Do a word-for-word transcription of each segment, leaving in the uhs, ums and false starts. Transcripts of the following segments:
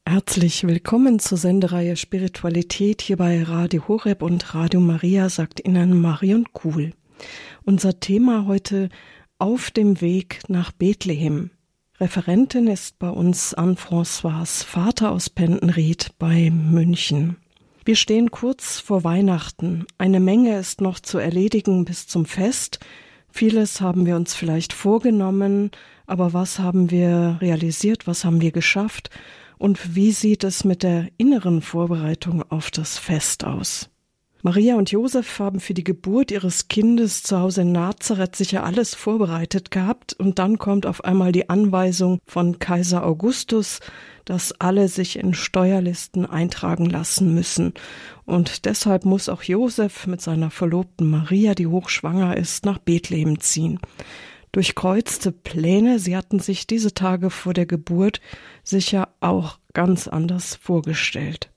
Herzlich willkommen zur Sendereihe Spiritualität hier bei Radio Horeb und Radio Maria, sagt Ihnen Marion Kuhl. Unser Thema heute: Auf dem Weg nach Bethlehem. Referentin ist bei uns Anne-Françoise Vater aus Pendenried bei München. Wir stehen kurz vor Weihnachten. Eine Menge ist noch zu erledigen bis zum Fest. Vieles haben wir uns vielleicht vorgenommen, aber was haben wir realisiert, was haben wir geschafft? Und wie sieht es mit der inneren Vorbereitung auf das Fest aus? Maria und Josef haben für die Geburt ihres Kindes zu Hause in Nazareth sicher alles vorbereitet gehabt, und dann kommt auf einmal die Anweisung von Kaiser Augustus, dass alle sich in Steuerlisten eintragen lassen müssen. Und deshalb muss auch Josef mit seiner Verlobten Maria, die hochschwanger ist, nach Bethlehem ziehen. Durchkreuzte Pläne, sie hatten sich diese Tage vor der Geburt sicher auch ganz anders vorgestellt.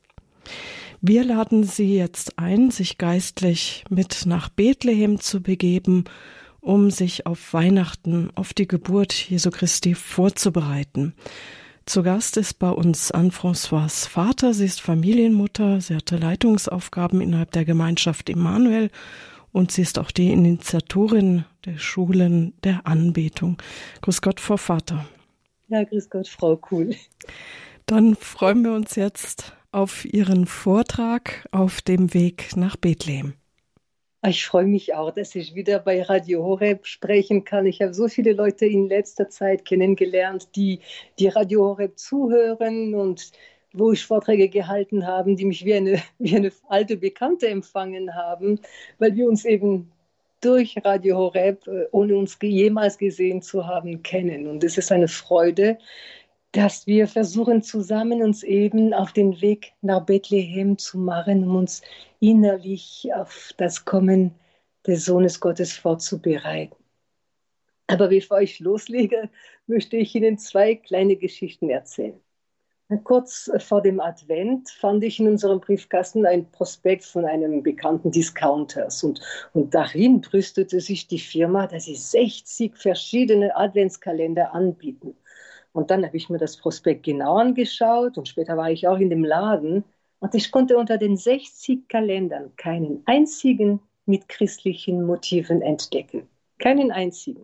Wir laden Sie jetzt ein, sich geistlich mit nach Bethlehem zu begeben, um sich auf Weihnachten, auf die Geburt Jesu Christi vorzubereiten. Zu Gast ist bei uns Anne-Françoise Vater. Sie ist Familienmutter, sie hatte Leitungsaufgaben innerhalb der Gemeinschaft Immanuel und sie ist auch die Initiatorin der Schulen der Anbetung. Grüß Gott, Frau Vater. Ja, grüß Gott, Frau Kuhl. Dann freuen wir uns jetzt auf Ihren Vortrag auf dem Weg nach Bethlehem. Ich freue mich auch, dass ich wieder bei Radio Horeb sprechen kann. Ich habe so viele Leute in letzter Zeit kennengelernt, die, die Radio Horeb zuhören und wo ich Vorträge gehalten habe, die mich wie eine, wie eine alte Bekannte empfangen haben, weil wir uns eben durch Radio Horeb, ohne uns jemals gesehen zu haben, kennen. Und es ist eine Freude, dass wir versuchen, zusammen uns eben auf den Weg nach Bethlehem zu machen, um uns innerlich auf das Kommen des Sohnes Gottes vorzubereiten. Aber bevor ich loslege, möchte ich Ihnen zwei kleine Geschichten erzählen. Kurz vor dem Advent fand ich in unserem Briefkasten ein Prospekt von einem bekannten Discounters. Und, und darin brüstete sich die Firma, dass sie sechzig verschiedene Adventskalender anbieten. Und dann habe ich mir das Prospekt genau angeschaut und später war ich auch in dem Laden. Und ich konnte unter den sechzig Kalendern keinen einzigen mit christlichen Motiven entdecken. Keinen einzigen.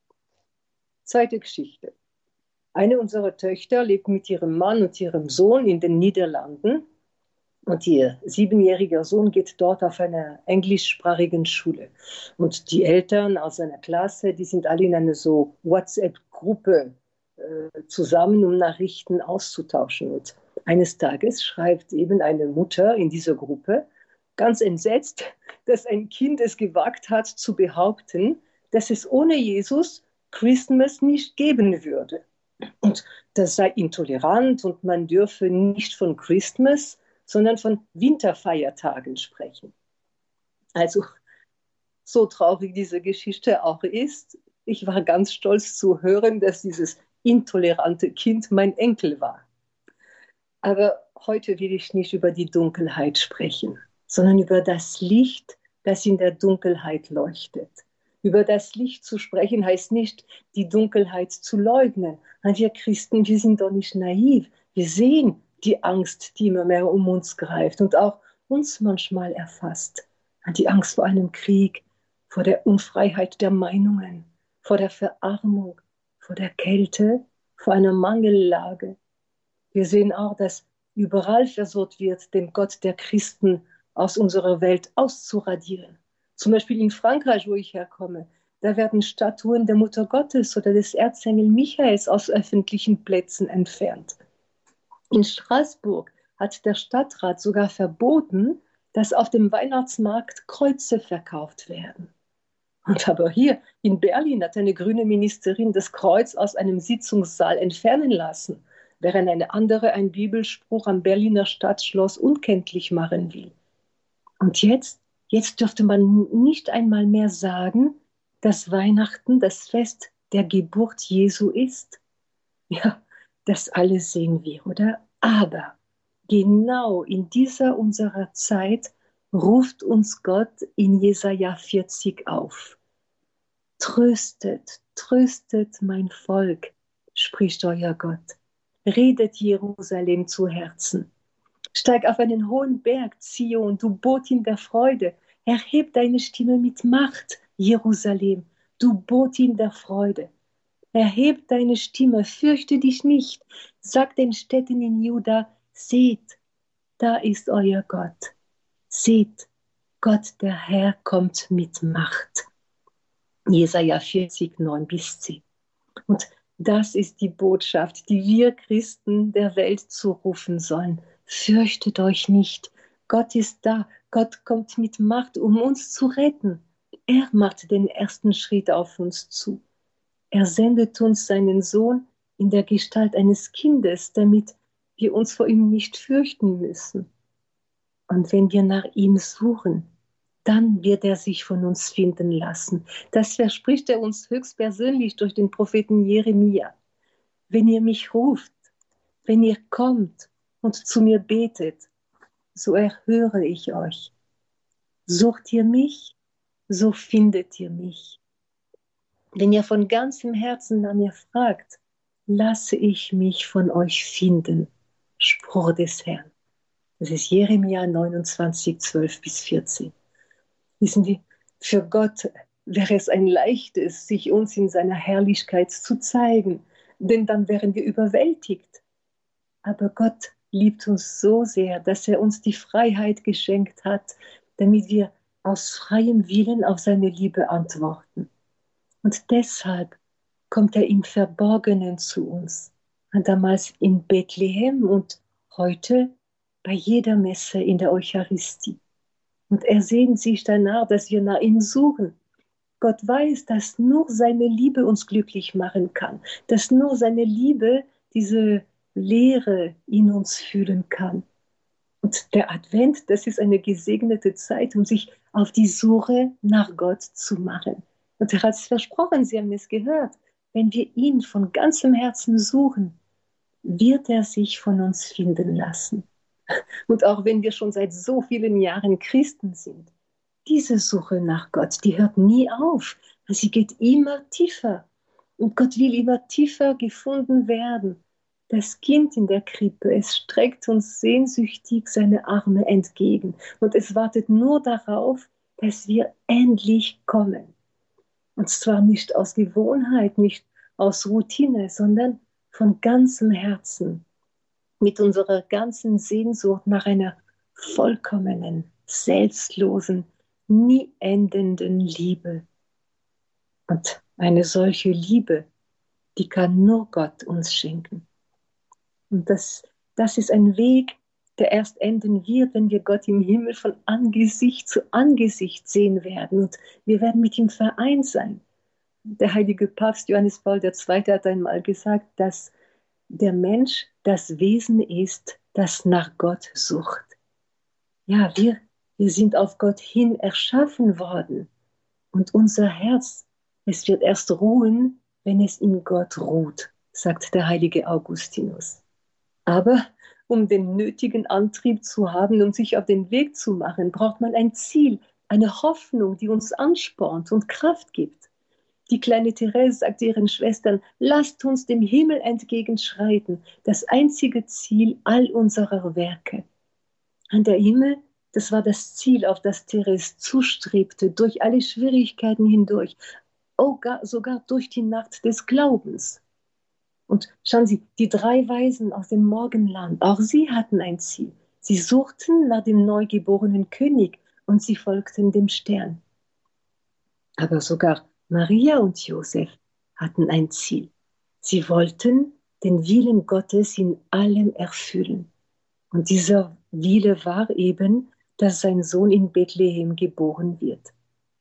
Zweite Geschichte. Eine unserer Töchter lebt mit ihrem Mann und ihrem Sohn in den Niederlanden und ihr siebenjähriger Sohn geht dort auf einer englischsprachigen Schule. Und die Eltern aus seiner Klasse, die sind alle in einer so WhatsApp-Gruppe äh, zusammen, um Nachrichten auszutauschen. Und eines Tages schreibt eben eine Mutter in dieser Gruppe, ganz entsetzt, dass ein Kind es gewagt hat zu behaupten, dass es ohne Jesus Christmas nicht geben würde. Und das sei intolerant und man dürfe nicht von Christmas, sondern von Winterfeiertagen sprechen. Also, so traurig diese Geschichte auch ist, ich war ganz stolz zu hören, dass dieses intolerante Kind mein Enkel war. Aber heute will ich nicht über die Dunkelheit sprechen, sondern über das Licht, das in der Dunkelheit leuchtet. Über das Licht zu sprechen heißt nicht, die Dunkelheit zu leugnen. Wir Christen, wir sind doch nicht naiv. Wir sehen die Angst, die immer mehr um uns greift und auch uns manchmal erfasst. Die Angst vor einem Krieg, vor der Unfreiheit der Meinungen, vor der Verarmung, vor der Kälte, vor einer Mangellage. Wir sehen auch, dass überall versucht wird, den Gott der Christen aus unserer Welt auszuradieren. Zum Beispiel in Frankreich, wo ich herkomme, da werden Statuen der Mutter Gottes oder des Erzengel Michaels aus öffentlichen Plätzen entfernt. In Straßburg hat der Stadtrat sogar verboten, dass auf dem Weihnachtsmarkt Kreuze verkauft werden. Und aber hier in Berlin hat eine grüne Ministerin das Kreuz aus einem Sitzungssaal entfernen lassen, während eine andere einen Bibelspruch am Berliner Stadtschloss unkenntlich machen will. Und jetzt Jetzt dürfte man nicht einmal mehr sagen, dass Weihnachten das Fest der Geburt Jesu ist. Ja, das alles sehen wir, oder? Aber genau in dieser unserer Zeit ruft uns Gott in Jesaja vierzig auf. Tröstet, tröstet mein Volk, spricht euer Gott. redet Jerusalem zu Herzen. Steig auf einen hohen Berg, Zion, du Botin der Freude. Erheb deine Stimme mit Macht, Jerusalem, du Botin der Freude. Erheb deine Stimme, fürchte dich nicht. Sag den Städten in Juda, seht, da ist euer Gott. Seht, Gott der Herr kommt mit Macht. Jesaja vierzig, neun bis zehn. Und das ist die Botschaft, die wir Christen der Welt zurufen sollen. Fürchtet euch nicht. Gott ist da. Gott kommt mit Macht, um uns zu retten. Er macht den ersten Schritt auf uns zu. Er sendet uns seinen Sohn in der Gestalt eines Kindes, damit wir uns vor ihm nicht fürchten müssen. Und wenn wir nach ihm suchen, dann wird er sich von uns finden lassen. Das verspricht er uns höchstpersönlich durch den Propheten Jeremia. Wenn ihr mich ruft, wenn ihr kommt und zu mir betet, so erhöre ich euch. Sucht ihr mich, so findet ihr mich. Wenn ihr von ganzem Herzen nach mir fragt, lasse ich mich von euch finden. Spruch des Herrn. Das ist Jeremia neunundzwanzig, zwölf bis vierzehn. Wissen Sie, für Gott wäre es ein leichtes, sich uns in seiner Herrlichkeit zu zeigen, denn dann wären wir überwältigt. Aber Gott liebt uns so sehr, dass er uns die Freiheit geschenkt hat, damit wir aus freiem Willen auf seine Liebe antworten. Und deshalb kommt er im Verborgenen zu uns. Und damals in Bethlehem und heute bei jeder Messe in der Eucharistie. Und er sehnt sich danach, dass wir nach ihm suchen. Gott weiß, dass nur seine Liebe uns glücklich machen kann, dass nur seine Liebe diese Leere in uns fühlen kann. Und der Advent, das ist eine gesegnete Zeit, um sich auf die Suche nach Gott zu machen. Und er hat es versprochen, Sie haben es gehört, wenn wir ihn von ganzem Herzen suchen, wird er sich von uns finden lassen. Und auch wenn wir schon seit so vielen Jahren Christen sind, diese Suche nach Gott, die hört nie auf. Sie geht immer tiefer. Und Gott will immer tiefer gefunden werden. Das Kind in der Krippe, es streckt uns sehnsüchtig seine Arme entgegen. Und es wartet nur darauf, dass wir endlich kommen. Und zwar nicht aus Gewohnheit, nicht aus Routine, sondern von ganzem Herzen. Mit unserer ganzen Sehnsucht nach einer vollkommenen, selbstlosen, nie endenden Liebe. Und eine solche Liebe, die kann nur Gott uns schenken. Und das, das ist ein Weg, der erst enden wird, wenn wir Gott im Himmel von Angesicht zu Angesicht sehen werden. Und wir werden mit ihm vereint sein. Der heilige Papst Johannes Paul der Zweite hat einmal gesagt, dass der Mensch das Wesen ist, das nach Gott sucht. Ja, wir, wir sind auf Gott hin erschaffen worden. Und unser Herz, es wird erst ruhen, wenn es in Gott ruht, sagt der heilige Augustinus. Aber um den nötigen Antrieb zu haben, um sich auf den Weg zu machen, braucht man ein Ziel, eine Hoffnung, die uns anspornt und Kraft gibt. Die kleine Therese sagt ihren Schwestern, lasst uns dem Himmel entgegenschreiten, das einzige Ziel all unserer Werke. Und der Himmel, das war das Ziel, auf das Therese zustrebte, durch alle Schwierigkeiten hindurch, sogar durch die Nacht des Glaubens. Und schauen Sie, die drei Weisen aus dem Morgenland, auch sie hatten ein Ziel. Sie suchten nach dem neugeborenen König und sie folgten dem Stern. Aber sogar Maria und Josef hatten ein Ziel. Sie wollten den Willen Gottes in allem erfüllen. Und dieser Wille war eben, dass sein Sohn in Bethlehem geboren wird.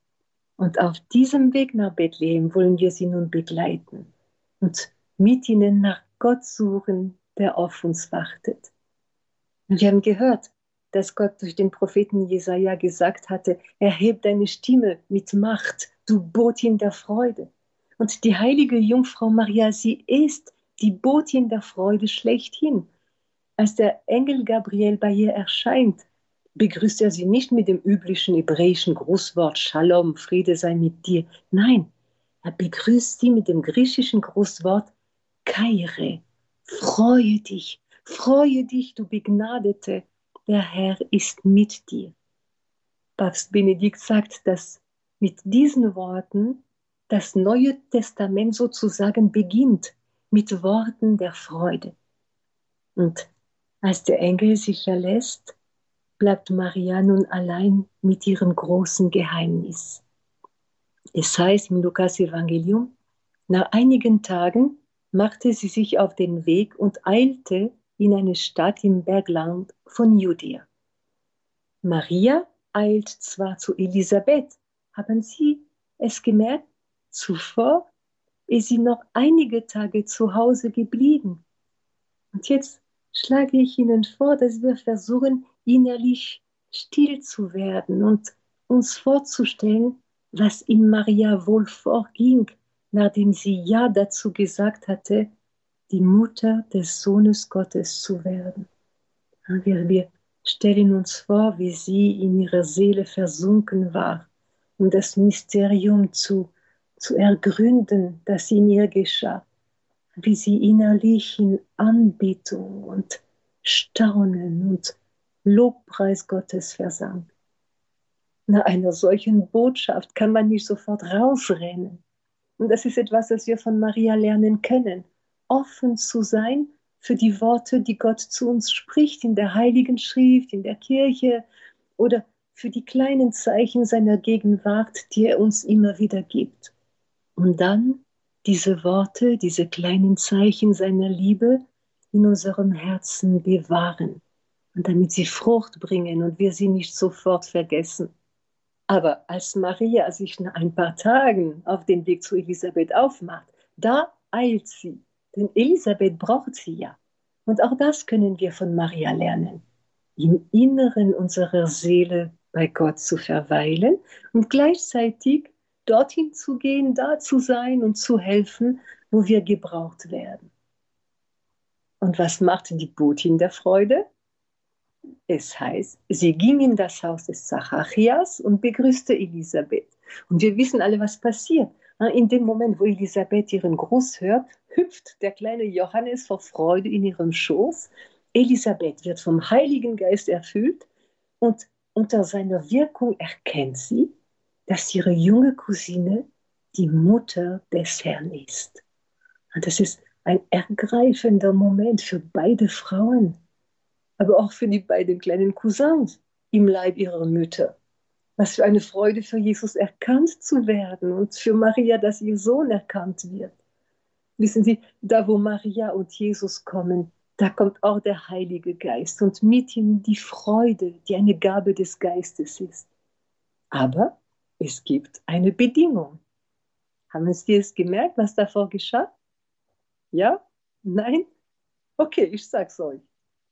Und auf diesem Weg nach Bethlehem wollen wir sie nun begleiten und mit ihnen nach Gott suchen, der auf uns wartet. Und wir haben gehört, dass Gott durch den Propheten Jesaja gesagt hatte, erheb deine Stimme mit Macht, du Botin der Freude. Und die heilige Jungfrau Maria, sie ist die Botin der Freude schlechthin. Als der Engel Gabriel bei ihr erscheint, begrüßt er sie nicht mit dem üblichen hebräischen Grußwort Shalom, Friede sei mit dir. Nein, er begrüßt sie mit dem griechischen Grußwort Kaire, freue dich, freue dich, du Begnadete, der Herr ist mit dir. Papst Benedikt sagt, dass mit diesen Worten das Neue Testament sozusagen beginnt, mit Worten der Freude. Und als der Engel sich verlässt, bleibt Maria nun allein mit ihrem großen Geheimnis. Es heißt im Lukas-Evangelium, nach einigen Tagen machte sie sich auf den Weg und eilte in eine Stadt im Bergland von Judäa. Maria eilt zwar zu Elisabeth, haben Sie es gemerkt? Zuvor ist sie noch einige Tage zu Hause geblieben. Und jetzt schlage ich Ihnen vor, dass wir versuchen, innerlich still zu werden und uns vorzustellen, was in Maria wohl vorging, nachdem sie Ja dazu gesagt hatte, die Mutter des Sohnes Gottes zu werden. Wir, wir stellen uns vor, wie sie in ihrer Seele versunken war, um das Mysterium zu, zu ergründen, das in ihr geschah, wie sie innerlich in Anbetung und Staunen und Lobpreis Gottes versank. Nach einer solchen Botschaft kann man nicht sofort rausrennen. Und das ist etwas, das wir von Maria lernen können, offen zu sein für die Worte, die Gott zu uns spricht in der Heiligen Schrift, in der Kirche oder für die kleinen Zeichen seiner Gegenwart, die er uns immer wieder gibt. Und dann diese Worte, diese kleinen Zeichen seiner Liebe in unserem Herzen bewahren und damit sie Frucht bringen und wir sie nicht sofort vergessen. Aber als Maria sich nach ein paar Tagen auf den Weg zu Elisabeth aufmacht, da eilt sie, denn Elisabeth braucht sie ja. Und auch das können wir von Maria lernen, im Inneren unserer Seele bei Gott zu verweilen und gleichzeitig dorthin zu gehen, da zu sein und zu helfen, wo wir gebraucht werden. Und was macht die Botin der Freude? Es heißt, sie ging in das Haus des Zacharias und begrüßte Elisabeth. Und wir wissen alle, was passiert. In dem Moment, wo Elisabeth ihren Gruß hört, hüpft der kleine Johannes vor Freude in ihrem Schoß. Elisabeth wird vom Heiligen Geist erfüllt und unter seiner Wirkung erkennt sie, dass ihre junge Cousine die Mutter des Herrn ist. Und das ist ein ergreifender Moment für beide Frauen, aber auch für die beiden kleinen Cousins im Leib ihrer Mütter. Was für eine Freude für Jesus erkannt zu werden und für Maria, dass ihr Sohn erkannt wird. Wissen Sie, da wo Maria und Jesus kommen, da kommt auch der Heilige Geist und mit ihm die Freude, die eine Gabe des Geistes ist. Aber es gibt eine Bedingung. Haben Sie es gemerkt, was davor geschah? Ja? Nein? Okay, ich sag's euch.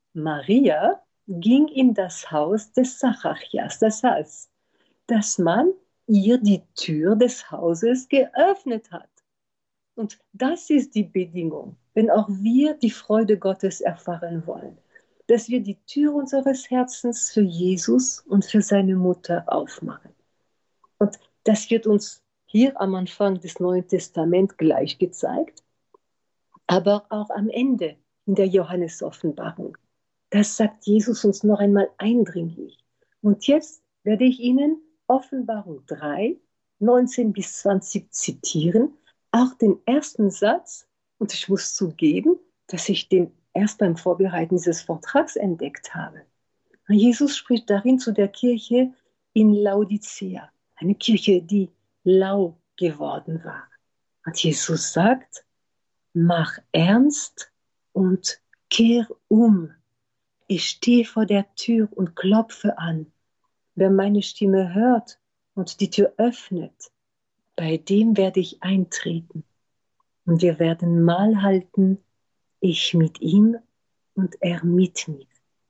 Maria ging in das Haus des Zacharias. Das heißt, dass man ihr die Tür des Hauses geöffnet hat. Und das ist die Bedingung, wenn auch wir die Freude Gottes erfahren wollen, dass wir die Tür unseres Herzens für Jesus und für seine Mutter aufmachen. Und das wird uns hier am Anfang des Neuen Testaments gleich gezeigt, aber auch am Ende in der Johannes-Offenbarung. Das sagt Jesus uns noch einmal eindringlich. Und jetzt werde ich Ihnen Offenbarung drei, neunzehn bis zwanzig zitieren, auch den ersten Satz. Und ich muss zugeben, dass ich den erst beim Vorbereiten dieses Vortrags entdeckt habe. Jesus spricht darin zu der Kirche in Laodicea, eine Kirche, die lau geworden war. Und Jesus sagt, mach ernst und kehr um. Ich stehe vor der Tür und klopfe an. Wer meine Stimme hört und die Tür öffnet, bei dem werde ich eintreten. Und wir werden Mahl halten, ich mit ihm und er mit mir.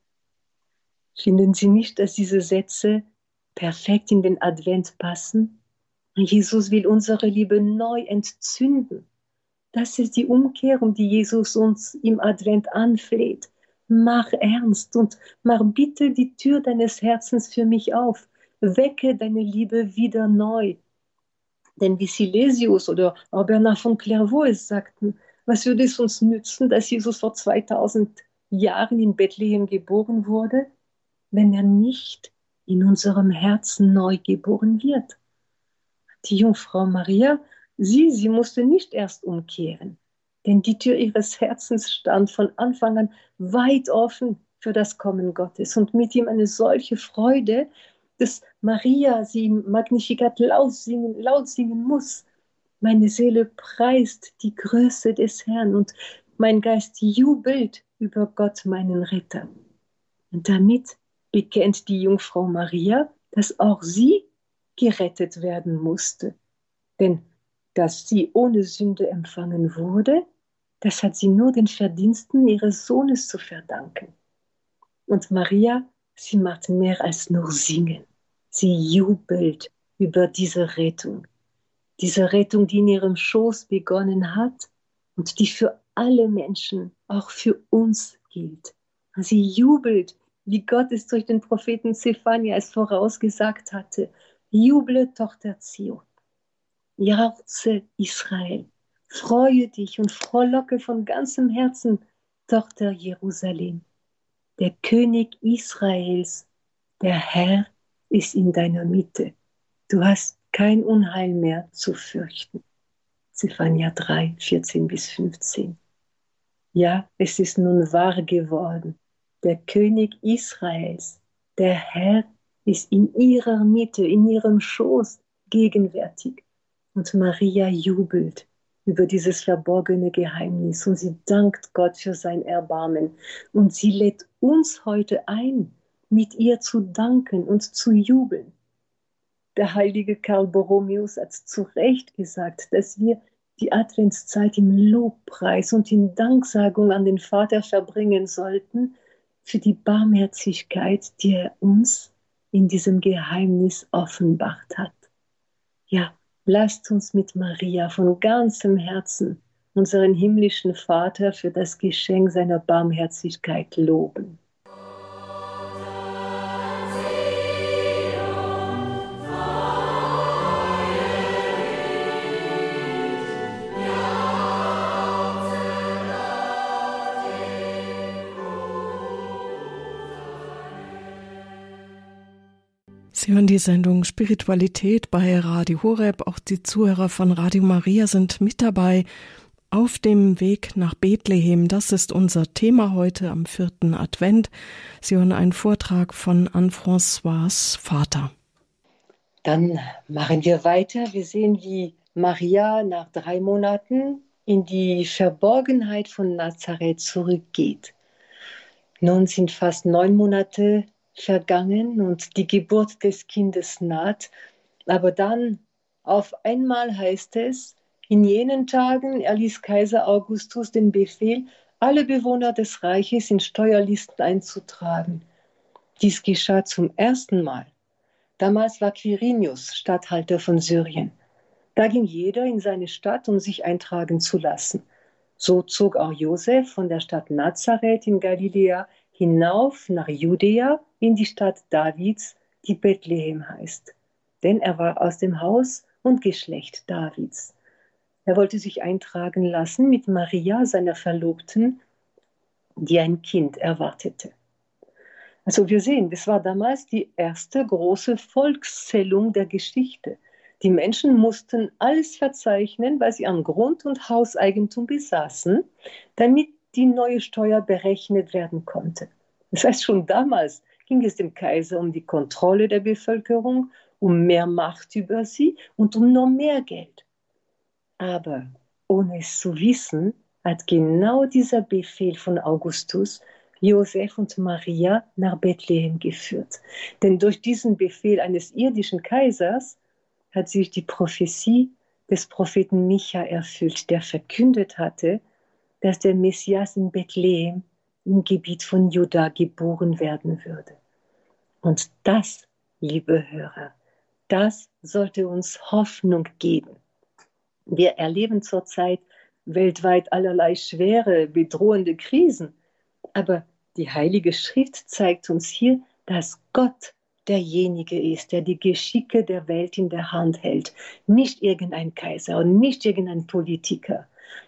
Finden Sie nicht, dass diese Sätze perfekt in den Advent passen? Jesus will unsere Liebe neu entzünden. Das ist die Umkehr, um die Jesus uns im Advent anfleht. Mach ernst und mach bitte die Tür deines Herzens für mich auf. Wecke deine Liebe wieder neu. Denn wie Silesius oder auch Bernard von Clairvaux es sagten, Was würde es uns nützen, dass Jesus vor zweitausend Jahren in Bethlehem geboren wurde, wenn er nicht in unserem Herzen neu geboren wird? Die Jungfrau Maria, sie, sie musste nicht erst umkehren, denn die Tür ihres Herzens stand von Anfang an weit offen für das Kommen Gottes und mit ihm eine solche Freude, dass Maria sie im Magnificat laut singen, laut singen muss. Meine Seele preist die Größe des Herrn und mein Geist jubelt über Gott, meinen Retter. Und damit bekennt die Jungfrau Maria, dass auch sie gerettet werden musste. Denn dass sie ohne Sünde empfangen wurde, das hat sie nur den Verdiensten ihres Sohnes zu verdanken. Und Maria, sie macht mehr als nur singen. Sie jubelt über diese Rettung. Diese Rettung, die in ihrem Schoß begonnen hat und die für alle Menschen, auch für uns gilt. Sie jubelt, wie Gott es durch den Propheten Zephanias vorausgesagt hatte. Juble, Tochter Zion. Jauchze, Israel. Freue dich und frohlocke von ganzem Herzen, Tochter Jerusalem. Der König Israels, der Herr, ist in deiner Mitte. Du hast kein Unheil mehr zu fürchten. Zephania drei, vierzehn bis fünfzehn. Ja, es ist nun wahr geworden. Der König Israels, der Herr, ist in ihrer Mitte, in ihrem Schoß gegenwärtig. Und Maria jubelt über dieses verborgene Geheimnis und sie dankt Gott für sein Erbarmen. Und sie lädt uns heute ein, mit ihr zu danken und zu jubeln. Der heilige Karl Borromäus hat zu Recht gesagt, dass wir die Adventszeit im Lobpreis und in Danksagung an den Vater verbringen sollten für die Barmherzigkeit, die er uns in diesem Geheimnis offenbart hat. Ja, lasst uns mit Maria von ganzem Herzen unseren himmlischen Vater für das Geschenk seiner Barmherzigkeit loben. Sie hören die Sendung Spiritualität bei Radio Horeb. Auch die Zuhörer von Radio Maria sind mit dabei auf dem Weg nach Bethlehem. Das ist unser Thema heute am vierten Advent. Sie hören einen Vortrag von Anne-Françoise Vater. Dann machen wir weiter. Wir sehen, wie Maria nach drei Monaten in die Verborgenheit von Nazareth zurückgeht. Nun sind fast neun Monate vergangen und die Geburt des Kindes naht. Aber dann auf einmal heißt es, in jenen Tagen erließ Kaiser Augustus den Befehl, alle Bewohner des Reiches in Steuerlisten einzutragen. Dies geschah zum ersten Mal. Damals war Quirinius Statthalter von Syrien. Da ging jeder in seine Stadt, um sich eintragen zu lassen. So zog auch Josef von der Stadt Nazareth in Galiläa hinauf nach Judäa in die Stadt Davids, die Bethlehem heißt. Denn er war aus dem Haus und Geschlecht Davids. Er wollte sich eintragen lassen mit Maria, seiner Verlobten, die ein Kind erwartete. Also wir sehen, das war damals die erste große Volkszählung der Geschichte. Die Menschen mussten alles verzeichnen, was sie an Grund- und Hauseigentum besaßen, damit die neue Steuer berechnet werden konnte. Das heißt, schon damals ging es dem Kaiser um die Kontrolle der Bevölkerung, um mehr Macht über sie und um noch mehr Geld. Aber ohne es zu wissen, hat genau dieser Befehl von Augustus Josef und Maria nach Bethlehem geführt. Denn durch diesen Befehl eines irdischen Kaisers hat sich die Prophetie des Propheten Micha erfüllt, der verkündet hatte, dass der Messias in Bethlehem im Gebiet von Juda geboren werden würde. Und das, liebe Hörer, das sollte uns Hoffnung geben. Wir erleben zurzeit weltweit allerlei schwere, bedrohende Krisen. Aber die Heilige Schrift zeigt uns hier, dass Gott derjenige ist, der die Geschicke der Welt in der Hand hält. Nicht irgendein Kaiser und nicht irgendein Politiker. Und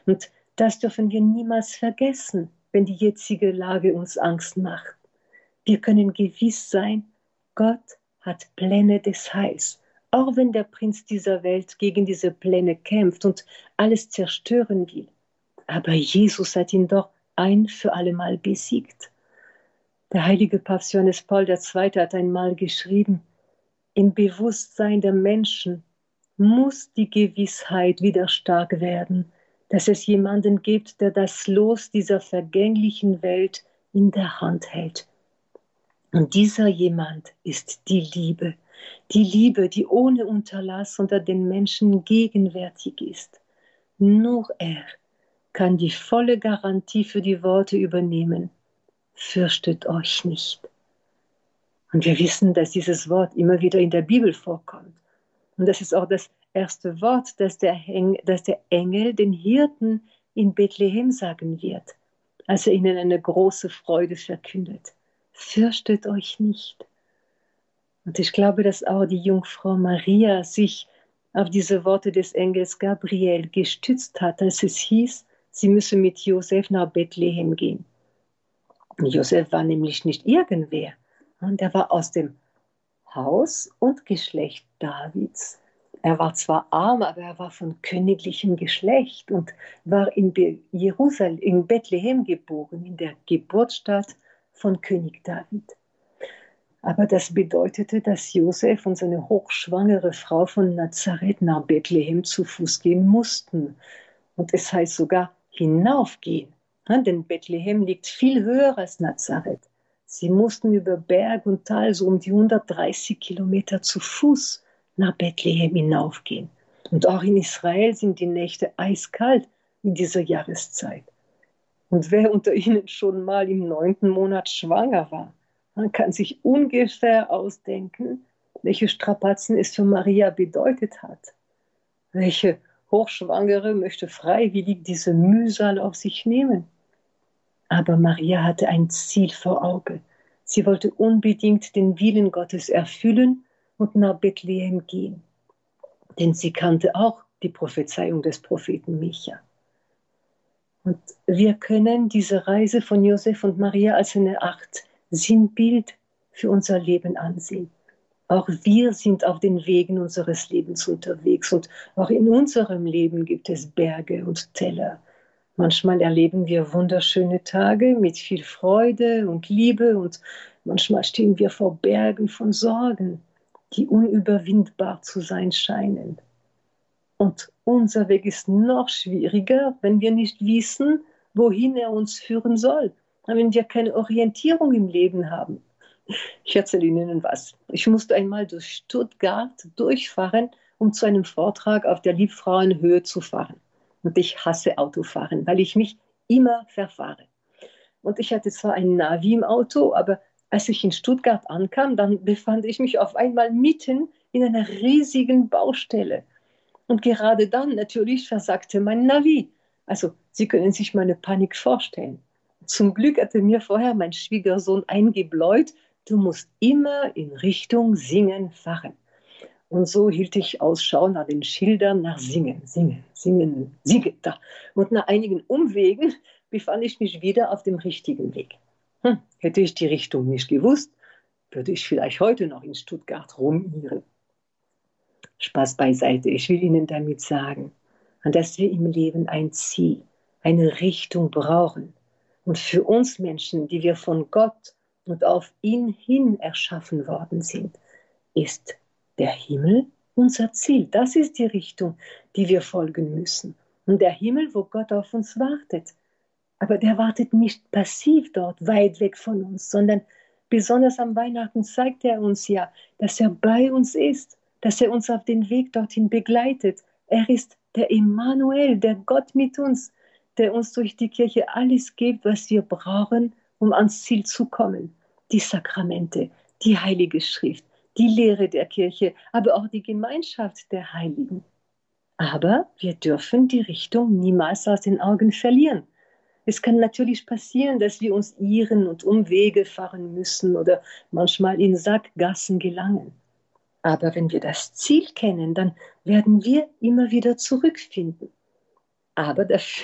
Das dürfen wir niemals vergessen, wenn die jetzige Lage uns Angst macht. Wir können gewiss sein, Gott hat Pläne des Heils. Auch wenn der Prinz dieser Welt gegen diese Pläne kämpft und alles zerstören will. Aber Jesus hat ihn doch ein für allemal besiegt. Der heilige Papst Johannes Paul der Zweite hat einmal geschrieben, im Bewusstsein der Menschen muss die Gewissheit wieder stark werden, dass es jemanden gibt, der das Los dieser vergänglichen Welt in der Hand hält. Und dieser jemand ist die Liebe. Die Liebe, die ohne Unterlass unter den Menschen gegenwärtig ist. Nur er kann die volle Garantie für die Worte übernehmen. Fürchtet euch nicht. Und wir wissen, dass dieses Wort immer wieder in der Bibel vorkommt. Und das ist auch das erste Wort, das der, Engel, das der Engel den Hirten in Bethlehem sagen wird, als er ihnen eine große Freude verkündet. Fürchtet euch nicht. Und ich glaube, dass auch die Jungfrau Maria sich auf diese Worte des Engels Gabriel gestützt hat, als es hieß, sie müsse mit Josef nach Bethlehem gehen. Josef war nämlich nicht irgendwer. Und er war aus dem Haus und Geschlecht Davids. Er war zwar arm, aber er war von königlichem Geschlecht und war in Jerusalem, in Bethlehem geboren, in der Geburtsstadt von König David. Aber das bedeutete, dass Josef und seine hochschwangere Frau von Nazareth nach Bethlehem zu Fuß gehen mussten. Und es heißt sogar hinaufgehen, denn Bethlehem liegt viel höher als Nazareth. Sie mussten über Berg und Tal so um die hundertdreißig Kilometer zu Fuß nach Bethlehem hinaufgehen. Und auch in Israel sind die Nächte eiskalt in dieser Jahreszeit. Und wer unter ihnen schon mal im neunten Monat schwanger war, man kann sich ungefähr ausdenken, welche Strapazen es für Maria bedeutet hat. Welche Hochschwangere möchte freiwillig diese Mühsal auf sich nehmen? Aber Maria hatte ein Ziel vor Auge. Sie wollte unbedingt den Willen Gottes erfüllen und nach Bethlehem gehen. Denn sie kannte auch die Prophezeiung des Propheten Micha. Und wir können diese Reise von Josef und Maria als eine Art Sinnbild für unser Leben ansehen. Auch wir sind auf den Wegen unseres Lebens unterwegs und auch in unserem Leben gibt es Berge und Täler. Manchmal erleben wir wunderschöne Tage mit viel Freude und Liebe und manchmal stehen wir vor Bergen von Sorgen, die unüberwindbar zu sein scheinen. Und unser Weg ist noch schwieriger, wenn wir nicht wissen, wohin er uns führen soll, wenn wir keine Orientierung im Leben haben. Ich erzähle Ihnen was. Ich musste einmal durch Stuttgart durchfahren, um zu einem Vortrag auf der Liebfrauenhöhe zu fahren. Und ich hasse Autofahren, weil ich mich immer verfahre. Und ich hatte zwar ein Navi im Auto, aber als ich in Stuttgart ankam, dann befand ich mich auf einmal mitten in einer riesigen Baustelle. Und gerade dann natürlich versagte mein Navi. Also Sie können sich meine Panik vorstellen. Zum Glück hatte mir vorher mein Schwiegersohn eingebläut, du musst immer in Richtung Singen fahren. Und so hielt ich Ausschau nach den Schildern, nach Singen, Singen, Singen, Singen. Da. Und nach einigen Umwegen befand ich mich wieder auf dem richtigen Weg. Hm, hätte ich die Richtung nicht gewusst, würde ich vielleicht heute noch in Stuttgart rumirren. Spaß beiseite, ich will Ihnen damit sagen, dass wir im Leben ein Ziel, eine Richtung brauchen. Und für uns Menschen, die wir von Gott und auf ihn hin erschaffen worden sind, ist der Himmel unser Ziel. Das ist die Richtung, die wir folgen müssen. Und der Himmel, wo Gott auf uns wartet. Aber der wartet nicht passiv dort, weit weg von uns, sondern besonders am Weihnachten zeigt er uns ja, dass er bei uns ist, dass er uns auf den Weg dorthin begleitet. Er ist der Emmanuel, der Gott mit uns, der uns durch die Kirche alles gibt, was wir brauchen, um ans Ziel zu kommen. Die Sakramente, die Heilige Schrift, die Lehre der Kirche, aber auch die Gemeinschaft der Heiligen. Aber wir dürfen die Richtung niemals aus den Augen verlieren. Es kann natürlich passieren, dass wir uns irren und Umwege fahren müssen oder manchmal in Sackgassen gelangen. Aber wenn wir das Ziel kennen, dann werden wir immer wieder zurückfinden. Aber dafür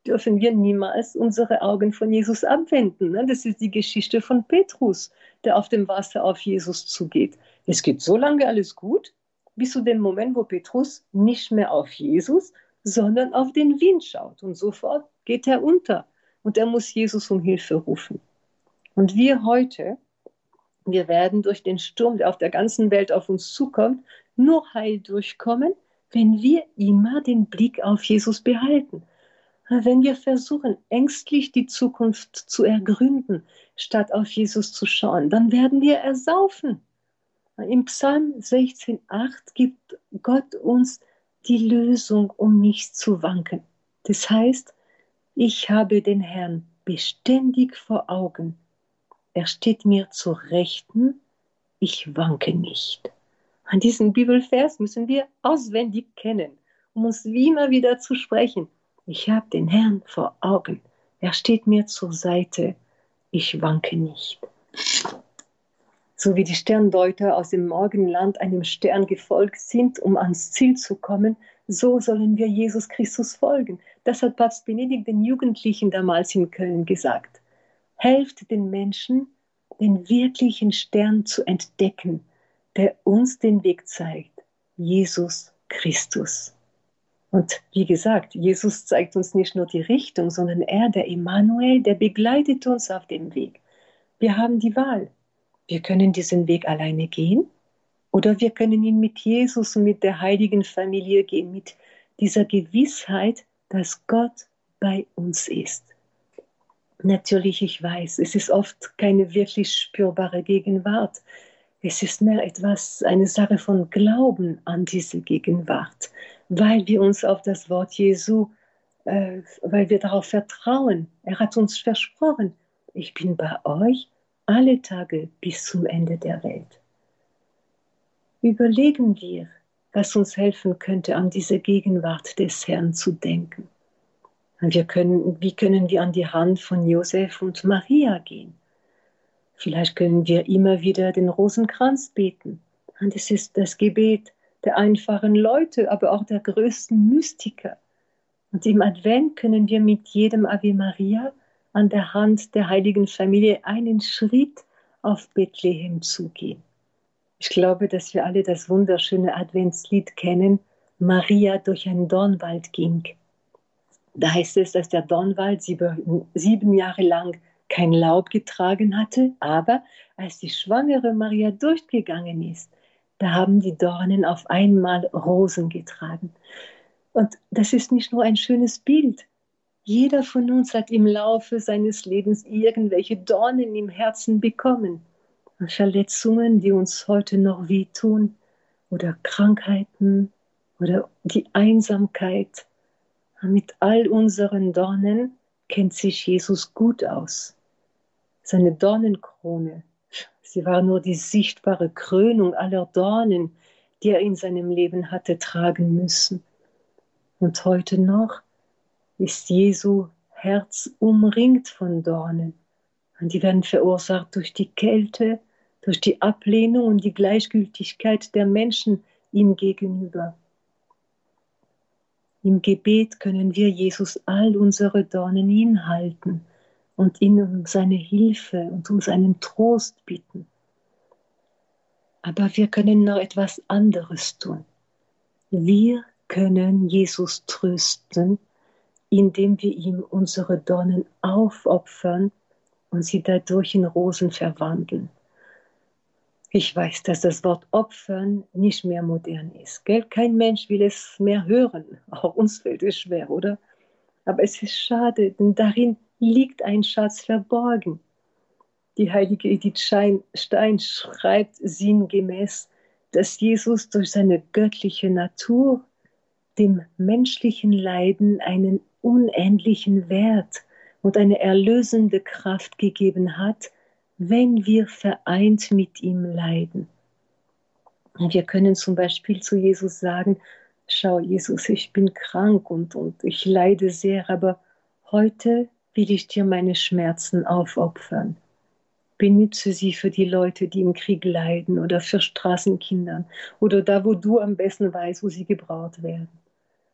dürfen wir niemals unsere Augen von Jesus abwenden. Das ist die Geschichte von Petrus, der auf dem Wasser auf Jesus zugeht. Es geht so lange alles gut, bis zu dem Moment, wo Petrus nicht mehr auf Jesus, sondern auf den Wind schaut. Und sofort geht er unter und er muss Jesus um Hilfe rufen. Und wir heute, wir werden durch den Sturm, der auf der ganzen Welt auf uns zukommt, nur heil durchkommen, wenn wir immer den Blick auf Jesus behalten. Wenn wir versuchen, ängstlich die Zukunft zu ergründen, statt auf Jesus zu schauen, dann werden wir ersaufen. Im Psalm sechzehn acht gibt Gott uns die Lösung, um nicht zu wanken. Das heißt, ich habe den Herrn beständig vor Augen. Er steht mir zur Rechten, ich wanke nicht. An diesen Bibelvers müssen wir auswendig kennen, um uns immer wieder zu sprechen. Ich habe den Herrn vor Augen. Er steht mir zur Seite. Ich wanke nicht. So wie die Sterndeuter aus dem Morgenland einem Stern gefolgt sind, um ans Ziel zu kommen, so sollen wir Jesus Christus folgen. Das hat Papst Benedikt den Jugendlichen damals in Köln gesagt. Helft den Menschen, den wirklichen Stern zu entdecken, der uns den Weg zeigt. Jesus Christus. Und wie gesagt, Jesus zeigt uns nicht nur die Richtung, sondern er, der Emmanuel, der begleitet uns auf dem Weg. Wir haben die Wahl. Wir können diesen Weg alleine gehen oder wir können ihn mit Jesus und mit der heiligen Familie gehen, mit dieser Gewissheit, dass Gott bei uns ist. Natürlich, ich weiß, es ist oft keine wirklich spürbare Gegenwart. Es ist mehr etwas, eine Sache von Glauben an diese Gegenwart, weil wir uns auf das Wort Jesu, äh, weil wir darauf vertrauen. Er hat uns versprochen, ich bin bei euch alle Tage bis zum Ende der Welt. Überlegen wir, was uns helfen könnte, an diese Gegenwart des Herrn zu denken. Wir können, wie können wir an die Hand von Josef und Maria gehen? Vielleicht können wir immer wieder den Rosenkranz beten. Und es ist das Gebet der einfachen Leute, aber auch der größten Mystiker. Und im Advent können wir mit jedem Ave Maria an der Hand der heiligen Familie einen Schritt auf Bethlehem zugehen. Ich glaube, dass wir alle das wunderschöne Adventslied kennen, Maria durch einen Dornwald ging. Da heißt es, dass der Dornwald sieben, sieben Jahre lang kein Laub getragen hatte, aber als die schwangere Maria durchgegangen ist, da haben die Dornen auf einmal Rosen getragen. Und das ist nicht nur ein schönes Bild. Jeder von uns hat im Laufe seines Lebens irgendwelche Dornen im Herzen bekommen. Verletzungen, die uns heute noch wehtun, oder Krankheiten, oder die Einsamkeit. Mit all unseren Dornen kennt sich Jesus gut aus. Seine Dornenkrone, sie war nur die sichtbare Krönung aller Dornen, die er in seinem Leben hatte tragen müssen. Und heute noch ist Jesu Herz umringt von Dornen. Und die werden verursacht durch die Kälte, durch die Ablehnung und die Gleichgültigkeit der Menschen ihm gegenüber. Im Gebet können wir Jesus all unsere Dornen hinhalten und ihn um seine Hilfe und um seinen Trost bitten. Aber wir können noch etwas anderes tun. Wir können Jesus trösten, indem wir ihm unsere Dornen aufopfern und sie dadurch in Rosen verwandeln. Ich weiß, dass das Wort Opfern nicht mehr modern ist. Gell? Kein Mensch will es mehr hören. Auch uns fällt es schwer, oder? Aber es ist schade, denn darin liegt ein Schatz verborgen. Die heilige Edith Stein schreibt sinngemäß, dass Jesus durch seine göttliche Natur dem menschlichen Leiden einen unendlichen Wert und eine erlösende Kraft gegeben hat, wenn wir vereint mit ihm leiden. Wir können zum Beispiel zu Jesus sagen, schau Jesus, ich bin krank und, und ich leide sehr, aber heute will ich dir meine Schmerzen aufopfern. Benütze sie für die Leute, die im Krieg leiden oder für Straßenkindern oder da, wo du am besten weißt, wo sie gebraucht werden.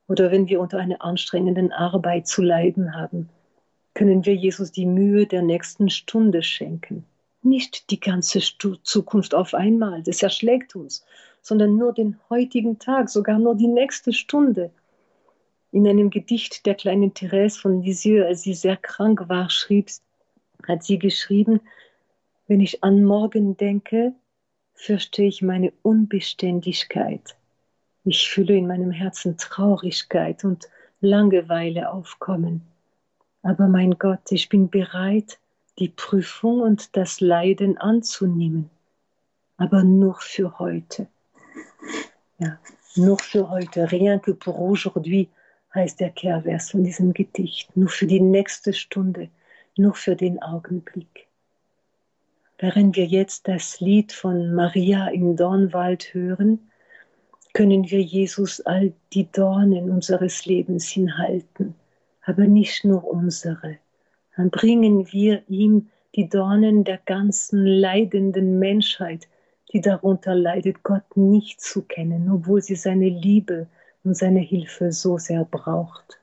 oder wenn wir unter einer anstrengenden Arbeit zu leiden haben, können wir Jesus die Mühe der nächsten Stunde schenken. Nicht die ganze Zukunft auf einmal, das erschlägt uns, sondern nur den heutigen Tag, sogar nur die nächste Stunde. In einem Gedicht der kleinen Thérèse von Lisieux, als sie sehr krank war, schrieb, hat sie geschrieben: Wenn ich an morgen denke, fürchte ich meine Unbeständigkeit. Ich fühle in meinem Herzen Traurigkeit und Langeweile aufkommen. Aber mein Gott, ich bin bereit, die Prüfung und das Leiden anzunehmen. Aber nur für heute. Ja, nur für heute. Rien que pour aujourd'hui heißt der Kehrvers von diesem Gedicht. Nur für die nächste Stunde. Nur für den Augenblick. Während wir jetzt das Lied von Maria im Dornwald hören, können wir Jesus all die Dornen unseres Lebens hinhalten, aber nicht nur unsere. Dann bringen wir ihm die Dornen der ganzen leidenden Menschheit, die darunter leidet, Gott nicht zu kennen, obwohl sie seine Liebe und seine Hilfe so sehr braucht.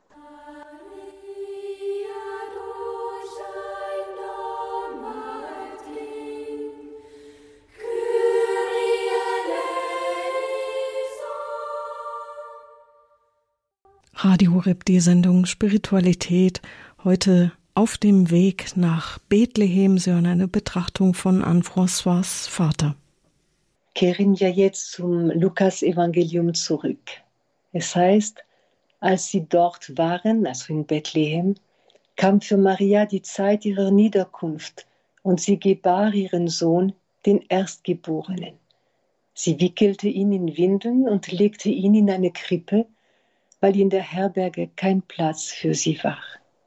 Radio Horeb, die Sendung Spiritualität, heute auf dem Weg nach Bethlehem. Sie hören eine Betrachtung von Anne-Françoise Vater. Kehren wir jetzt zum Lukas-Evangelium zurück. Es heißt, als sie dort waren, also in Bethlehem, kam für Maria die Zeit ihrer Niederkunft und sie gebar ihren Sohn, den Erstgeborenen. Sie wickelte ihn in Windeln und legte ihn in eine Krippe, weil in der Herberge kein Platz für sie war.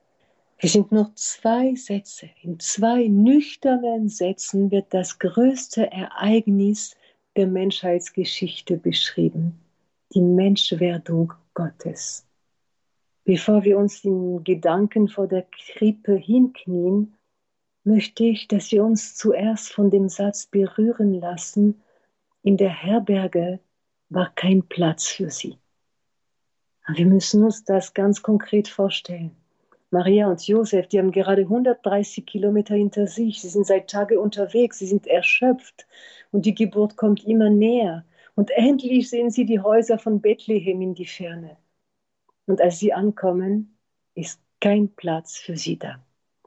Es sind nur zwei Sätze. In zwei nüchternen Sätzen wird das größte Ereignis der Menschheitsgeschichte beschrieben: die Menschwerdung Gottes. Bevor wir uns in Gedanken vor der Krippe hinknien, möchte ich, dass wir uns zuerst von dem Satz berühren lassen: in der Herberge war kein Platz für sie. Wir müssen uns das ganz konkret vorstellen. Maria und Josef, die haben gerade hundertdreißig Kilometer hinter sich. Sie sind seit Tagen unterwegs, sie sind erschöpft und die Geburt kommt immer näher. Und endlich sehen sie die Häuser von Bethlehem in die Ferne. Und als sie ankommen, ist kein Platz für sie da.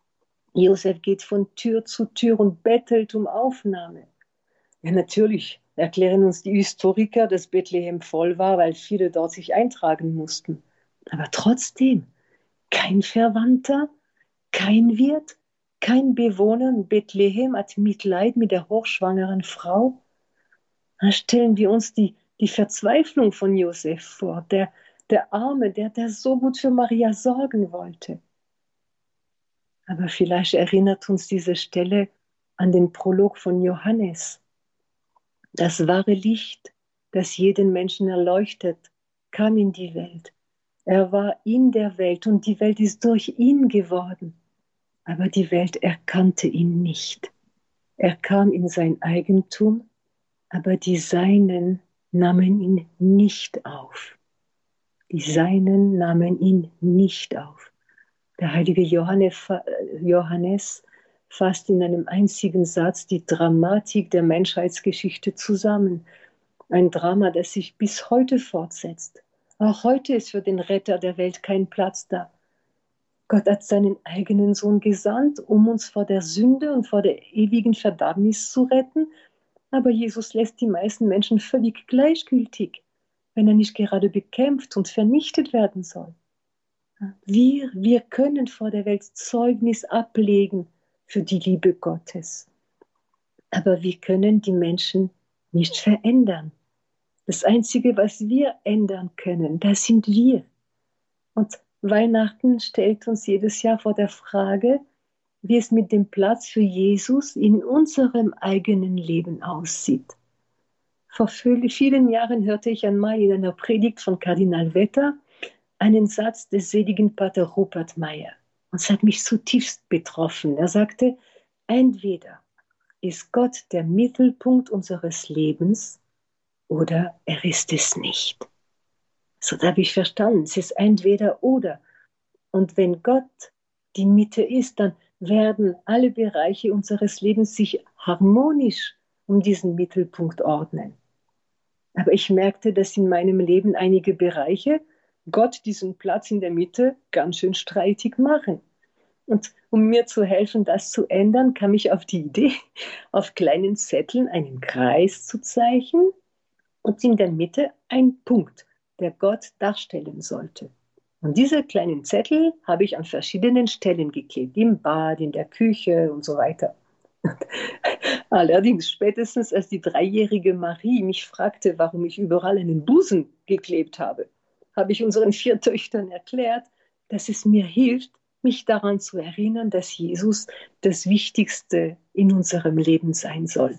Josef geht von Tür zu Tür und bettelt um Aufnahme. Ja, natürlich erklären uns die Historiker, dass Bethlehem voll war, weil viele dort sich eintragen mussten. Aber trotzdem, kein Verwandter, kein Wirt, kein Bewohner in Bethlehem hat Mitleid mit der hochschwangeren Frau. Da stellen wir uns die, die Verzweiflung von Josef vor, der, der Arme, der, der so gut für Maria sorgen wollte. Aber vielleicht erinnert uns diese Stelle an den Prolog von Johannes. Das wahre Licht, das jeden Menschen erleuchtet, kam in die Welt. Er war in der Welt und die Welt ist durch ihn geworden. Aber die Welt erkannte ihn nicht. Er kam in sein Eigentum, aber die Seinen nahmen ihn nicht auf. Die Seinen nahmen ihn nicht auf. Der heilige Johannes fasst in einem einzigen Satz die Dramatik der Menschheitsgeschichte zusammen. Ein Drama, das sich bis heute fortsetzt. Auch heute ist für den Retter der Welt kein Platz da. Gott hat seinen eigenen Sohn gesandt, um uns vor der Sünde und vor der ewigen Verdammnis zu retten. Aber Jesus lässt die meisten Menschen völlig gleichgültig, wenn er nicht gerade bekämpft und vernichtet werden soll. Wir, wir können vor der Welt Zeugnis ablegen für die Liebe Gottes. Aber wir können die Menschen nicht verändern. Das Einzige, was wir ändern können, das sind wir. Und Weihnachten stellt uns jedes Jahr vor der Frage, wie es mit dem Platz für Jesus in unserem eigenen Leben aussieht. Vor vielen Jahren hörte ich einmal in einer Predigt von Kardinal Wetter einen Satz des seligen Pater Rupert Meyer. Und es hat mich zutiefst betroffen. Er sagte, entweder ist Gott der Mittelpunkt unseres Lebens oder er ist es nicht. So, da habe ich verstanden, es ist entweder oder. Und wenn Gott die Mitte ist, dann werden alle Bereiche unseres Lebens sich harmonisch um diesen Mittelpunkt ordnen. Aber ich merkte, dass in meinem Leben einige Bereiche Gott diesen Platz in der Mitte ganz schön streitig machen. Und um mir zu helfen, das zu ändern, kam ich auf die Idee, auf kleinen Zetteln einen Kreis zu zeichnen und in der Mitte ein Punkt, der Gott darstellen sollte. Und diese kleinen Zettel habe ich an verschiedenen Stellen geklebt, im Bad, in der Küche und so weiter. Allerdings spätestens als die dreijährige Marie mich fragte, warum ich überall einen Busen geklebt habe, habe ich unseren vier Töchtern erklärt, dass es mir hilft, mich daran zu erinnern, dass Jesus das Wichtigste in unserem Leben sein soll.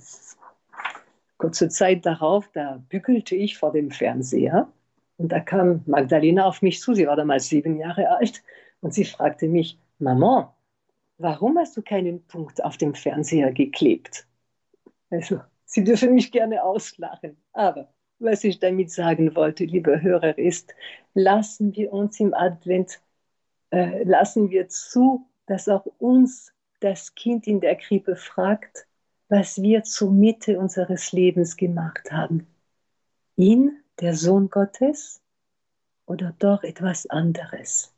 Kurze Zeit darauf, da bügelte ich vor dem Fernseher und da kam Magdalena auf mich zu, sie war damals sieben Jahre alt und sie fragte mich, Maman, warum hast du keinen Punkt auf dem Fernseher geklebt? Also, Sie dürfen mich gerne auslachen, aber was ich damit sagen wollte, liebe Hörer, ist, lassen wir uns im Advent, äh, lassen wir zu, dass auch uns das Kind in der Krippe fragt, was wir zur Mitte unseres Lebens gemacht haben. Ihn, der Sohn Gottes, oder doch etwas anderes?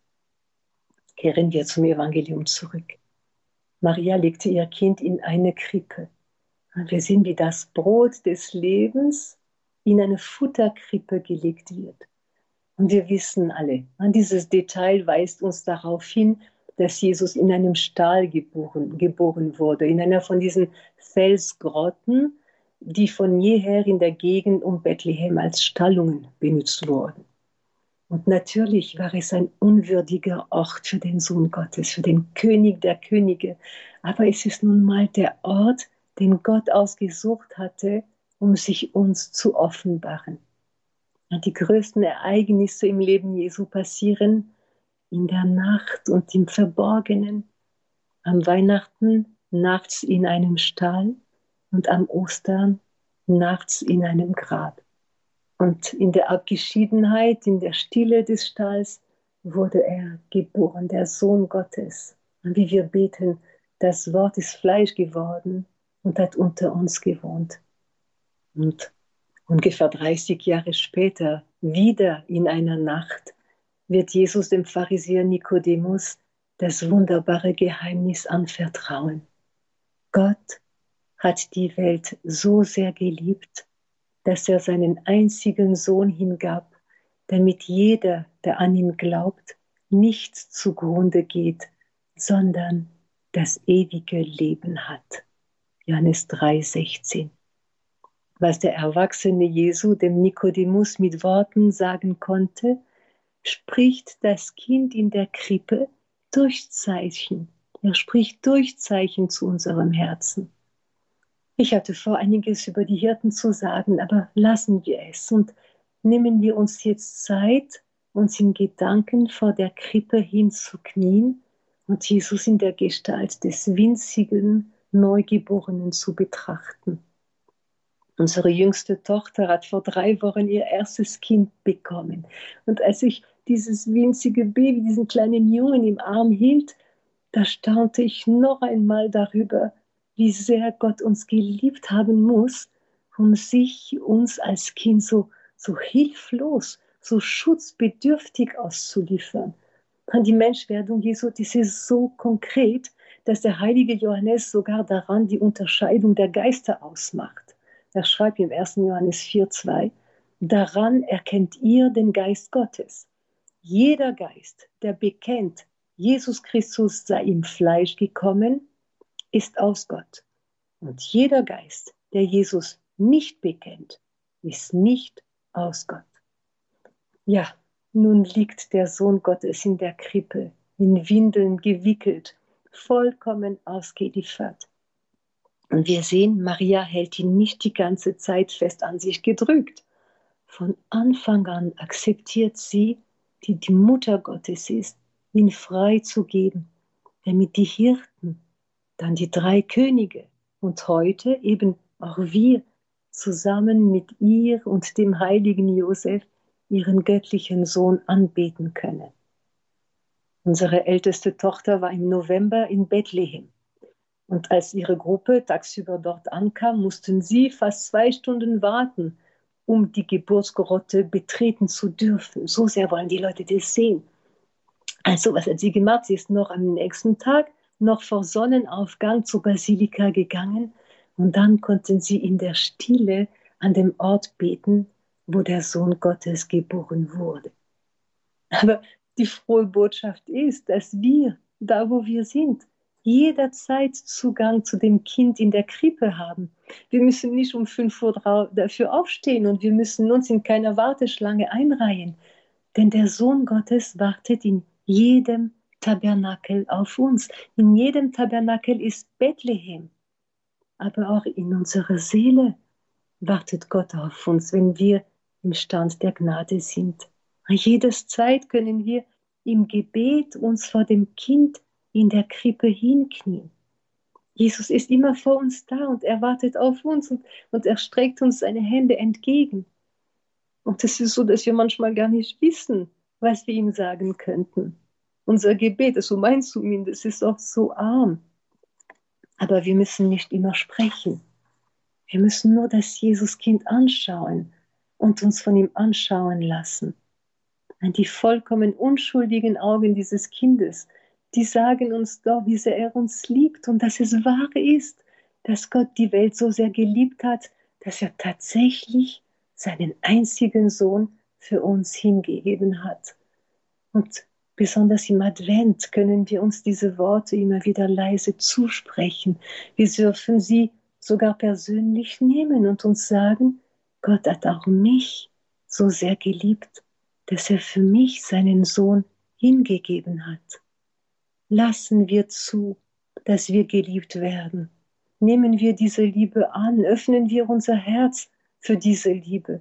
Kehren wir zum Evangelium zurück. Maria legte ihr Kind in eine Krippe. Und wir sehen, wie das Brot des Lebens in eine Futterkrippe gelegt wird. Und wir wissen alle, dieses Detail weist uns darauf hin, dass Jesus in einem Stall geboren, geboren wurde, in einer von diesen Felsgrotten, die von jeher in der Gegend um Bethlehem als Stallungen benutzt wurden. Und natürlich war es ein unwürdiger Ort für den Sohn Gottes, für den König der Könige. Aber es ist nun mal der Ort, den Gott ausgesucht hatte, um sich uns zu offenbaren. Und die größten Ereignisse im Leben Jesu passieren in der Nacht und im Verborgenen. Am Weihnachten nachts in einem Stall und am Ostern nachts in einem Grab. Und in der Abgeschiedenheit, in der Stille des Stalls wurde er geboren, der Sohn Gottes. Und wie wir beten, das Wort ist Fleisch geworden und hat unter uns gewohnt. Und ungefähr dreißig Jahre später, wieder in einer Nacht, wird Jesus dem Pharisäer Nikodemus das wunderbare Geheimnis anvertrauen. Gott hat die Welt so sehr geliebt, dass er seinen einzigen Sohn hingab, damit jeder, der an ihn glaubt, nicht zugrunde geht, sondern das ewige Leben hat. Johannes drei, sechzehn. Was der erwachsene Jesu dem Nikodemus mit Worten sagen konnte, spricht das Kind in der Krippe durch Zeichen. Er spricht durch Zeichen zu unserem Herzen. Ich hatte vor, einiges über die Hirten zu sagen, aber lassen wir es und nehmen wir uns jetzt Zeit, uns in Gedanken vor der Krippe hinzuknien und Jesus in der Gestalt des winzigen Neugeborenen zu betrachten. Unsere jüngste Tochter hat vor drei Wochen ihr erstes Kind bekommen. Und als ich dieses winzige Baby, diesen kleinen Jungen im Arm hielt, da staunte ich noch einmal darüber, wie sehr Gott uns geliebt haben muss, um sich uns als Kind so, so hilflos, so schutzbedürftig auszuliefern. Und die Menschwerdung Jesu, das ist so konkret, dass der heilige Johannes sogar daran die Unterscheidung der Geister ausmacht. Er schreibt im ersten Johannes vier, zwei, daran erkennt ihr den Geist Gottes. Jeder Geist, der bekennt, Jesus Christus sei im Fleisch gekommen, ist aus Gott. Und jeder Geist, der Jesus nicht bekennt, ist nicht aus Gott. Ja, nun liegt der Sohn Gottes in der Krippe, in Windeln gewickelt, vollkommen ausgeliefert. Und wir sehen, Maria hält ihn nicht die ganze Zeit fest an sich gedrückt. Von Anfang an akzeptiert sie, die die Mutter Gottes ist, ihn frei zu geben, damit die Hirten, dann die drei Könige und heute eben auch wir zusammen mit ihr und dem heiligen Josef ihren göttlichen Sohn anbeten können. Unsere älteste Tochter war im November in Bethlehem. Und als ihre Gruppe tagsüber dort ankam, mussten sie fast zwei Stunden warten, um die Geburtsgrotte betreten zu dürfen. So sehr wollen die Leute das sehen. Also, was hat sie gemacht? Sie ist noch am nächsten Tag, noch vor Sonnenaufgang zur Basilika gegangen und dann konnten sie in der Stille an dem Ort beten, wo der Sohn Gottes geboren wurde. Aber die frohe Botschaft ist, dass wir, da wo wir sind, jederzeit Zugang zu dem Kind in der Krippe haben. Wir müssen nicht um fünf Uhr dafür aufstehen und wir müssen uns in keiner Warteschlange einreihen, denn der Sohn Gottes wartet in jedem Tabernakel auf uns. In jedem Tabernakel ist Bethlehem, aber auch in unserer Seele wartet Gott auf uns, wenn wir im Stand der Gnade sind. Jederzeit können wir im Gebet uns vor dem Kind in der Krippe hinknien. Jesus ist immer vor uns da und er wartet auf uns und, und er streckt uns seine Hände entgegen. Und es ist so, dass wir manchmal gar nicht wissen, was wir ihm sagen könnten. Unser Gebet, so meint zumindest, ist oft so arm. Aber wir müssen nicht immer sprechen. Wir müssen nur das Jesuskind anschauen und uns von ihm anschauen lassen. Die vollkommen unschuldigen Augen dieses Kindes, die sagen uns doch, wie sehr er uns liebt und dass es wahr ist, dass Gott die Welt so sehr geliebt hat, dass er tatsächlich seinen einzigen Sohn für uns hingegeben hat. Und besonders im Advent können wir uns diese Worte immer wieder leise zusprechen. Wir dürfen sie sogar persönlich nehmen und uns sagen, Gott hat auch mich so sehr geliebt, dass er für mich seinen Sohn hingegeben hat. Lassen wir zu, dass wir geliebt werden. Nehmen wir diese Liebe an, öffnen wir unser Herz für diese Liebe.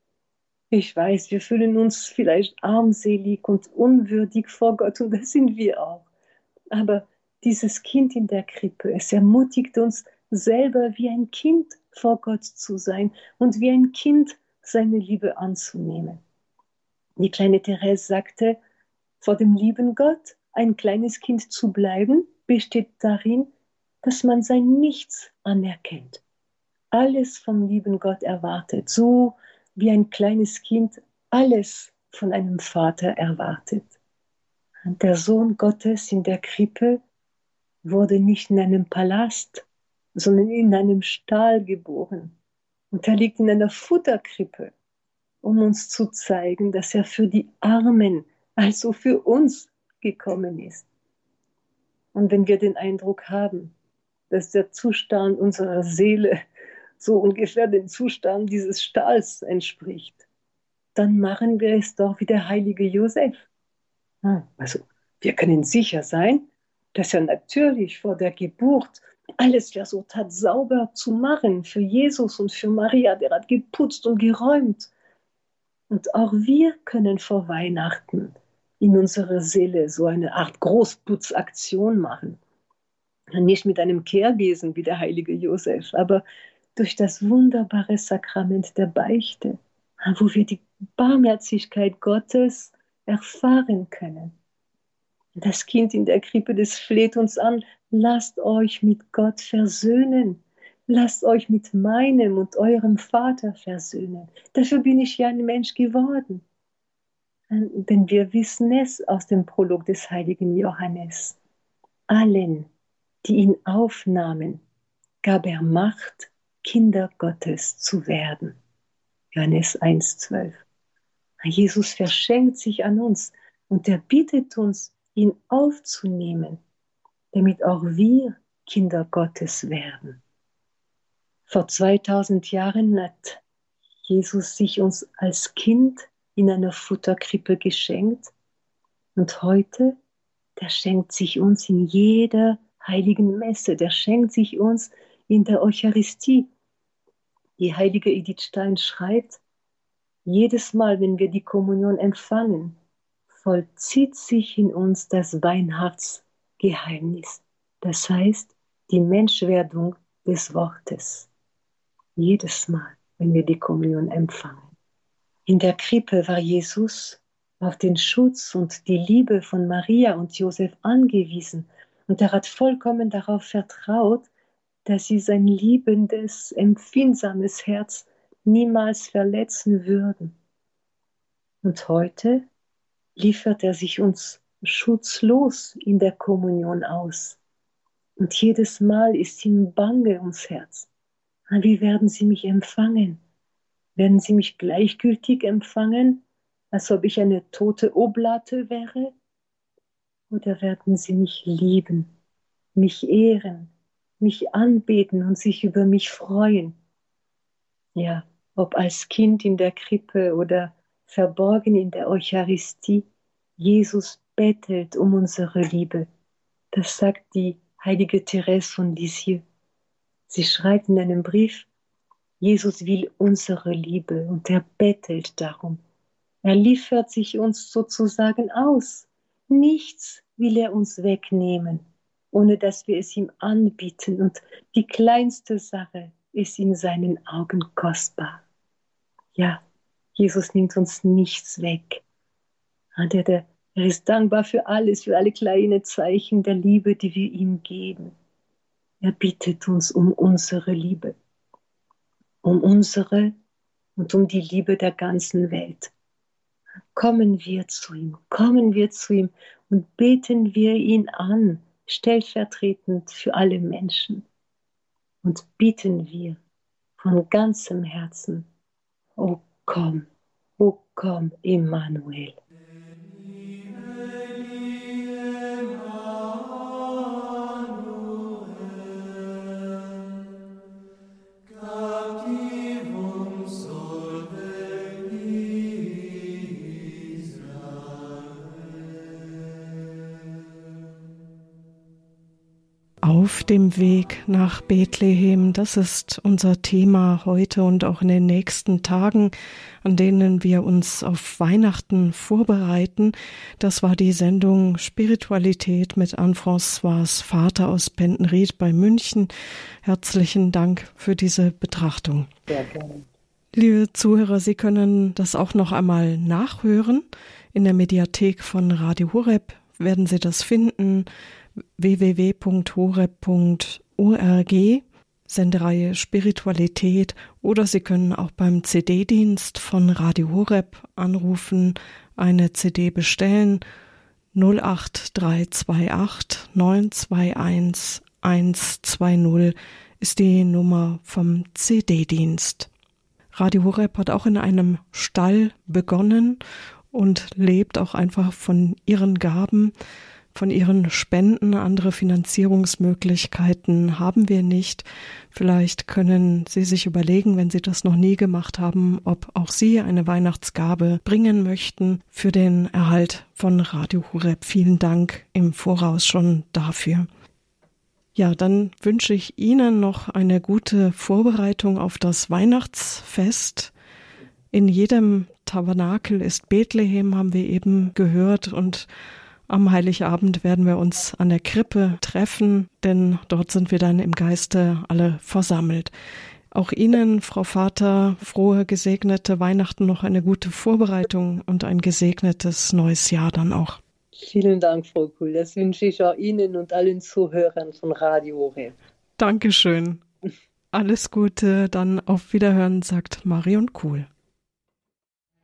Ich weiß, wir fühlen uns vielleicht armselig und unwürdig vor Gott und das sind wir auch. Aber dieses Kind in der Krippe, es ermutigt uns selber wie ein Kind vor Gott zu sein und wie ein Kind seine Liebe anzunehmen. Die kleine Therese sagte, vor dem lieben Gott ein kleines Kind zu bleiben, besteht darin, dass man sein Nichts anerkennt. Alles vom lieben Gott erwartet, so wie ein kleines Kind alles von einem Vater erwartet. Und der Sohn Gottes in der Krippe wurde nicht in einem Palast, sondern in einem Stall geboren. Und er liegt in einer Futterkrippe, um uns zu zeigen, dass er für die Armen, also für uns, gekommen ist. Und wenn wir den Eindruck haben, dass der Zustand unserer Seele so ungefähr dem Zustand dieses Stalls entspricht, dann machen wir es doch wie der heilige Josef. Also wir können sicher sein, dass er natürlich vor der Geburt alles versucht hat, sauber zu machen für Jesus und für Maria. Der hat geputzt und geräumt. Und auch wir können vor Weihnachten in unserer Seele so eine Art Großputzaktion machen. Nicht mit einem Kehrbesen wie der heilige Josef, aber durch das wunderbare Sakrament der Beichte, wo wir die Barmherzigkeit Gottes erfahren können. Das Kind in der Krippe, das fleht uns an, lasst euch mit Gott versöhnen. Lasst euch mit meinem und eurem Vater versöhnen. Dafür bin ich ja ein Mensch geworden. Denn wir wissen es aus dem Prolog des heiligen Johannes. Allen, die ihn aufnahmen, gab er Macht, Kinder Gottes zu werden. Johannes eins zwölf. Jesus verschenkt sich an uns und er bittet uns, ihn aufzunehmen, damit auch wir Kinder Gottes werden. Vor zweitausend Jahren hat Jesus sich uns als Kind in einer Futterkrippe geschenkt und heute, der schenkt sich uns in jeder heiligen Messe, der schenkt sich uns in der Eucharistie. Die heilige Edith Stein schreibt, jedes Mal, wenn wir die Kommunion empfangen, vollzieht sich in uns das Weihnachtsgeheimnis, das heißt die Menschwerdung des Wortes. Jedes Mal, wenn wir die Kommunion empfangen. In der Krippe war Jesus auf den Schutz und die Liebe von Maria und Josef angewiesen. Und er hat vollkommen darauf vertraut, dass sie sein liebendes, empfindsames Herz niemals verletzen würden. Und heute liefert er sich uns schutzlos in der Kommunion aus. Und jedes Mal ist ihm bange ums Herz. Wie werden sie mich empfangen? Werden sie mich gleichgültig empfangen, als ob ich eine tote Oblate wäre? Oder werden sie mich lieben, mich ehren, mich anbeten und sich über mich freuen? Ja, ob als Kind in der Krippe oder verborgen in der Eucharistie, Jesus bettelt um unsere Liebe. Das sagt die heilige Therese von Lisieux. Sie schreibt in einem Brief, Jesus will unsere Liebe und er bettelt darum. Er liefert sich uns sozusagen aus. Nichts will er uns wegnehmen, ohne dass wir es ihm anbieten. Und die kleinste Sache ist in seinen Augen kostbar. Ja, Jesus nimmt uns nichts weg. Und er, der, er ist dankbar für alles, für alle kleinen Zeichen der Liebe, die wir ihm geben. Er bittet uns um unsere Liebe, um unsere und um die Liebe der ganzen Welt. Kommen wir zu ihm, kommen wir zu ihm und beten wir ihn an, stellvertretend für alle Menschen. Und bitten wir von ganzem Herzen, O komm, O komm, Emmanuel. Auf dem Weg nach Bethlehem, das ist unser Thema heute und auch in den nächsten Tagen, an denen wir uns auf Weihnachten vorbereiten. Das war die Sendung Spiritualität mit Anne-Françoise Vater aus Pendenried bei München. Herzlichen Dank für diese Betrachtung. Sehr gerne. Liebe Zuhörer, Sie können das auch noch einmal nachhören. In der Mediathek von Radio Horeb werden Sie das finden. w w w punkt horeb punkt org, Sendereihe Spiritualität, oder Sie können auch beim C D-Dienst von Radio Horeb anrufen, eine C D bestellen. null acht drei zwei acht neun zwei eins eins zwei null ist die Nummer vom C D-Dienst. Radio Horeb hat auch in einem Stall begonnen und lebt auch einfach von ihren Gaben, von ihren Spenden. Andere Finanzierungsmöglichkeiten haben wir nicht. Vielleicht können Sie sich überlegen, wenn Sie das noch nie gemacht haben, ob auch Sie eine Weihnachtsgabe bringen möchten für den Erhalt von Radio Horeb. Vielen Dank im Voraus schon dafür. Ja, dann wünsche ich Ihnen noch eine gute Vorbereitung auf das Weihnachtsfest. In jedem Tabernakel ist Bethlehem, haben wir eben gehört, und am Heiligabend werden wir uns an der Krippe treffen, denn dort sind wir dann im Geiste alle versammelt. Auch Ihnen, Frau Vater, frohe, gesegnete Weihnachten, noch eine gute Vorbereitung und ein gesegnetes neues Jahr dann auch. Vielen Dank, Frau Kuhl. Das wünsche ich auch Ihnen und allen Zuhörern von Radio Horeb. Dankeschön. Alles Gute, dann auf Wiederhören, sagt Marion Kuhl.